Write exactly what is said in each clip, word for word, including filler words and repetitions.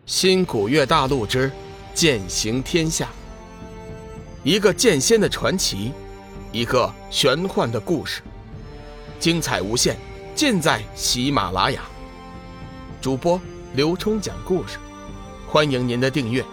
新古月大陆之剑行天下，一个剑仙的传奇，一个玄幻的故事，精彩无限，尽在喜马拉雅。主播刘冲讲故事，欢迎您的订阅。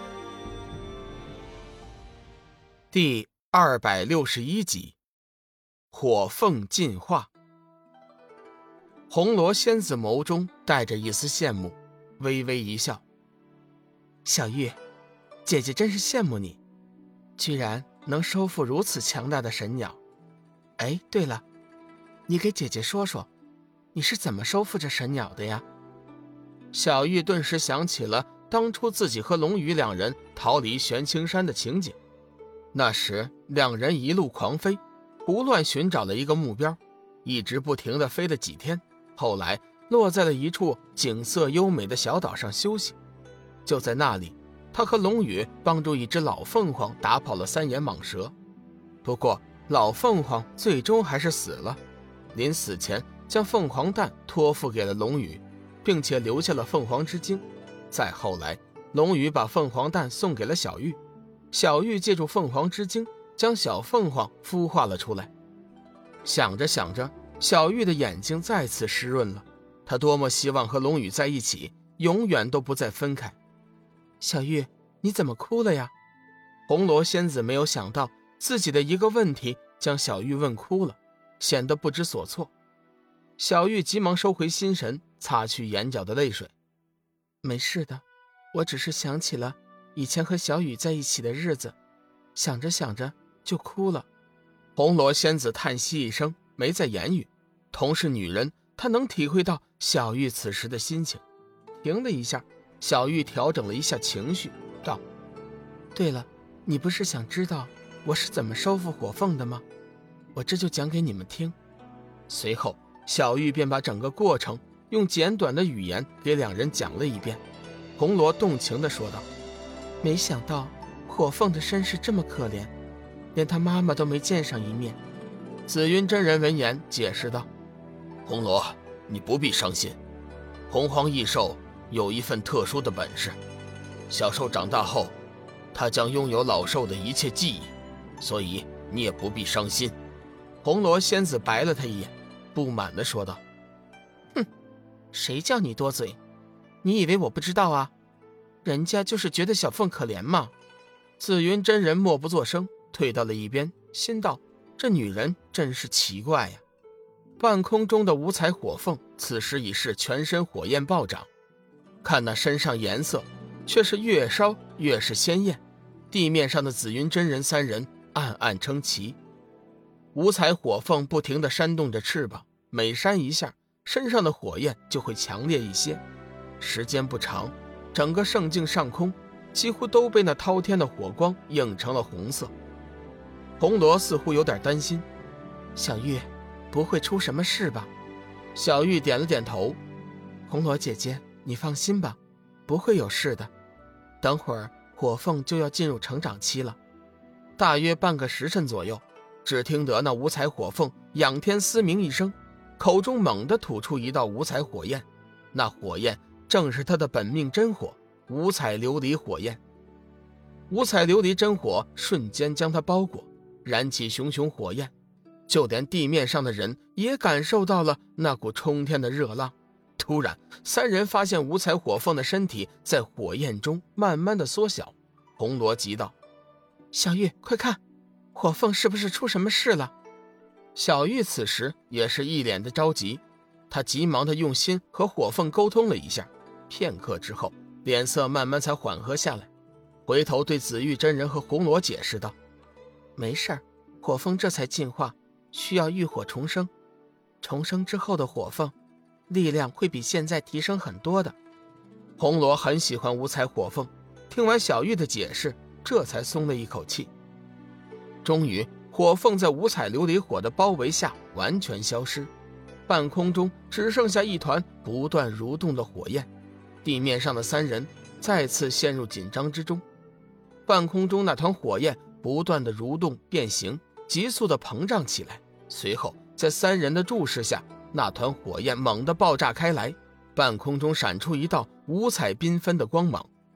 第二百六十一集，火凤进化。红罗仙子眸中带着一丝羡慕，微微一笑。小玉，姐姐真是羡慕你，居然能收复如此强大的神鸟。哎，对了，你给姐姐说说，你是怎么收复这神鸟的呀？小玉顿时想起了当初自己和龙宇两人逃离玄青山的情景。那时两人一路狂飞，胡乱寻找了一个目标，一直不停地飞了几天，后来落在了一处景色优美的小岛上休息。就在那里，他和龙宇帮助一只老凤凰打跑了三眼蟒蛇。不过老凤凰最终还是死了，临死前将凤凰蛋托付给了龙宇，并且留下了凤凰之精。再后来，龙宇把凤凰蛋送给了小玉，小玉借助凤凰之精将小凤凰孵化了出来。想着想着，小玉的眼睛再次湿润了，她多么希望和龙宇在一起，永远都不再分开。小玉，你怎么哭了呀？红罗仙子没有想到自己的一个问题将小玉问哭了，显得不知所措。小玉急忙收回心神，擦去眼角的泪水。没事的，我只是想起了以前和小雨在一起的日子，想着想着就哭了。红罗仙子叹息一声，没再言语。同是女人，她能体会到小玉此时的心情。停了一下，小玉调整了一下情绪，道：对了，你不是想知道我是怎么收复火凤的吗？我这就讲给你们听。随后小玉便把整个过程用简短的语言给两人讲了一遍。红罗动情地说道：没想到火凤的身世这么可怜，连他妈妈都没见上一面。紫云真人闻言解释道：红罗，你不必伤心，洪荒异兽有一份特殊的本事，小兽长大后，它将拥有老兽的一切记忆，所以你也不必伤心。红罗仙子白了他一眼，不满地说道：哼，谁叫你多嘴？你以为我不知道啊？人家就是觉得小凤可怜嘛。紫云真人默不作声，退到了一边，心道：这女人真是奇怪呀。半空中的五彩火凤此时已是全身火焰暴涨，看那身上颜色却是越烧越是鲜艳。地面上的紫云真人三人暗暗称奇。五彩火凤不停地扇动着翅膀，每扇一下，身上的火焰就会强烈一些。时间不长，整个圣境上空几乎都被那滔天的火光映成了红色。红罗似乎有点担心：小玉，不会出什么事吧？小玉点了点头：红罗姐姐，你放心吧，不会有事的。等会儿火凤就要进入成长期了，大约半个时辰左右，只听得那五彩火凤仰天嘶鸣一声，口中猛地吐出一道五彩火焰，那火焰正是他的本命真火——五彩琉璃火焰。五彩琉璃真火瞬间将他包裹，燃起熊熊火焰，就连地面上的人也感受到了那股冲天的热浪。突然，三人发现五彩火凤的身体在火焰中慢慢的缩小。红罗急道：小玉，快看，火凤是不是出什么事了？小玉此时也是一脸的着急，她急忙的用心和火凤沟通了一下，片刻之后，脸色慢慢才缓和下来，回头对紫玉真人和红罗解释道：没事儿，火凤这才进化，需要浴火重生，重生之后的火凤力量会比现在提升很多的。红罗很喜欢五彩火凤，听完小玉的解释，这才松了一口气。终于，火凤在五彩琉璃火的包围下完全消失，半空中只剩下一团不断蠕动的火焰。地面上的三人再次陷入紧张之中。半空中那团火焰不断的蠕动变形，急速的膨胀起来，随后在三人的注视下，那团火焰猛地爆炸开来，半空中闪出一道五彩缤纷的光芒，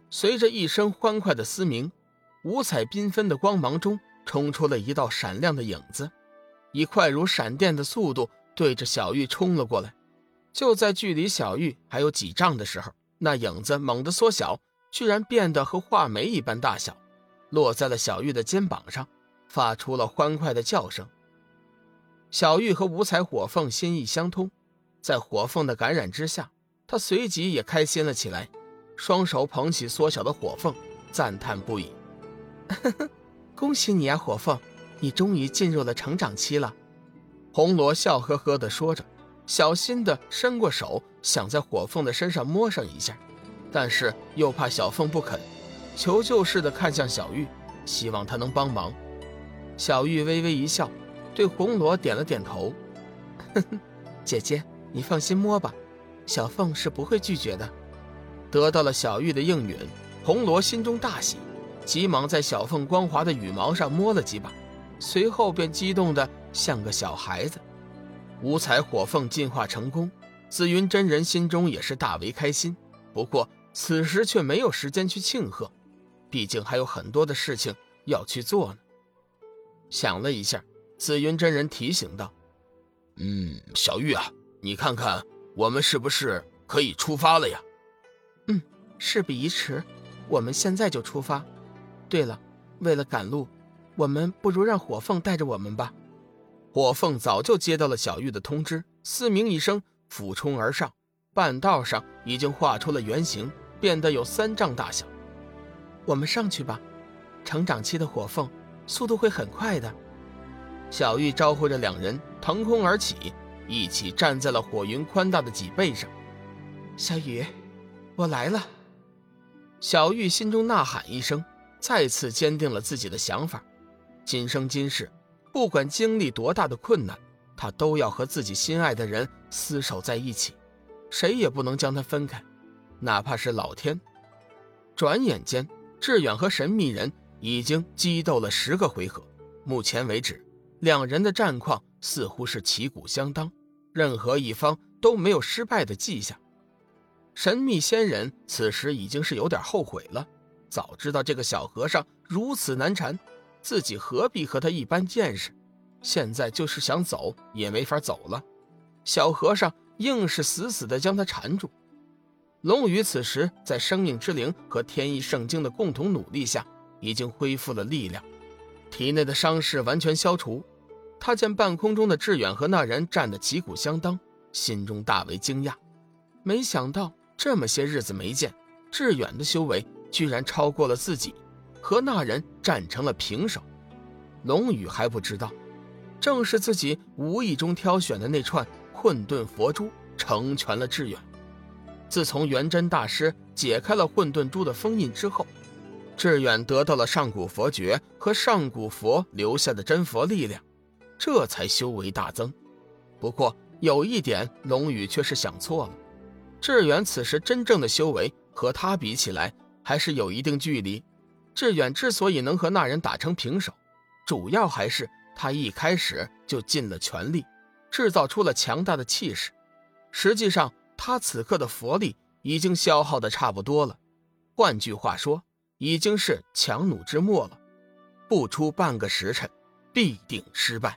随着一声欢快的嘶鸣，五彩缤纷的光芒中冲出了一道闪亮的影子，以快如闪电的速度对着小玉冲了过来。就在距离小玉还有几丈的时候，那影子猛地缩小，居然变得和画眉一般大小，落在了小玉的肩膀上，发出了欢快的叫声。小玉和五彩火凤心意相通，在火凤的感染之下，她随即也开心了起来，双手捧起缩小的火凤，赞叹不已。恭喜你呀，火凤，你终于进入了成长期了。红罗笑呵呵地说着，小心地伸过手，想在火凤的身上摸上一下，但是又怕小凤不肯，求救似的看向小玉，希望她能帮忙。小玉微微一笑，对红罗点了点头。呵呵，姐姐，你放心摸吧，小凤是不会拒绝的。得到了小玉的应允，红罗心中大喜，急忙在小凤光滑的羽毛上摸了几把，随后便激动得像个小孩子。五彩火凤进化成功，紫云真人心中也是大为开心，不过此时却没有时间去庆贺，毕竟还有很多的事情要去做呢。想了一下，紫云真人提醒道：嗯，小玉啊，你看看我们是不是可以出发了呀？嗯，事不宜迟，我们现在就出发。对了，为了赶路，我们不如让火凤带着我们吧。火凤早就接到了小玉的通知，嘶鸣一声，俯冲而上，半道上已经画出了原形，变得有三丈大小。我们上去吧，成长期的火凤速度会很快的。小玉招呼着两人腾空而起，一起站在了火云宽大的脊背上。小雨，我来了。小玉心中呐喊一声，再次坚定了自己的想法。今生今世，不管经历多大的困难，她都要和自己心爱的人厮守在一起，谁也不能将她分开，哪怕是老天。转眼间，志远和神秘人已经激斗了十个回合，目前为止，两人的战况似乎是旗鼓相当，任何一方都没有失败的迹象。神秘仙人此时已经是有点后悔了，早知道这个小和尚如此难缠，自己何必和他一般见识，现在就是想走也没法走了。小和尚硬是死死地将他缠住。龙宇此时在生命之灵和天意圣经的共同努力下，已经恢复了力量，体内的伤势完全消除。他见半空中的志远和那人站得旗鼓相当，心中大为惊讶，没想到这么些日子没见，志远的修为居然超过了自己，和那人战成了平手。龙宇还不知道，正是自己无意中挑选的那串混沌佛珠成全了志远。自从元真大师解开了混沌珠的封印之后，志远得到了上古佛诀和上古佛留下的真佛力量，这才修为大增。不过有一点，龙宇却是想错了，志远此时真正的修为和他比起来还是有一定距离。志远之所以能和那人打成平手，主要还是他一开始就尽了全力，制造出了强大的气势。实际上他此刻的佛力已经消耗的差不多了，换句话说，已经是强弩之末了，不出半个时辰必定失败。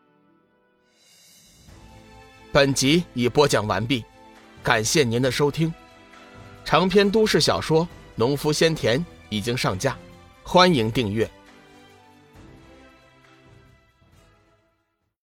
本集已播讲完毕，感谢您的收听。长篇都市小说《农夫先田》已经上架，欢迎订阅。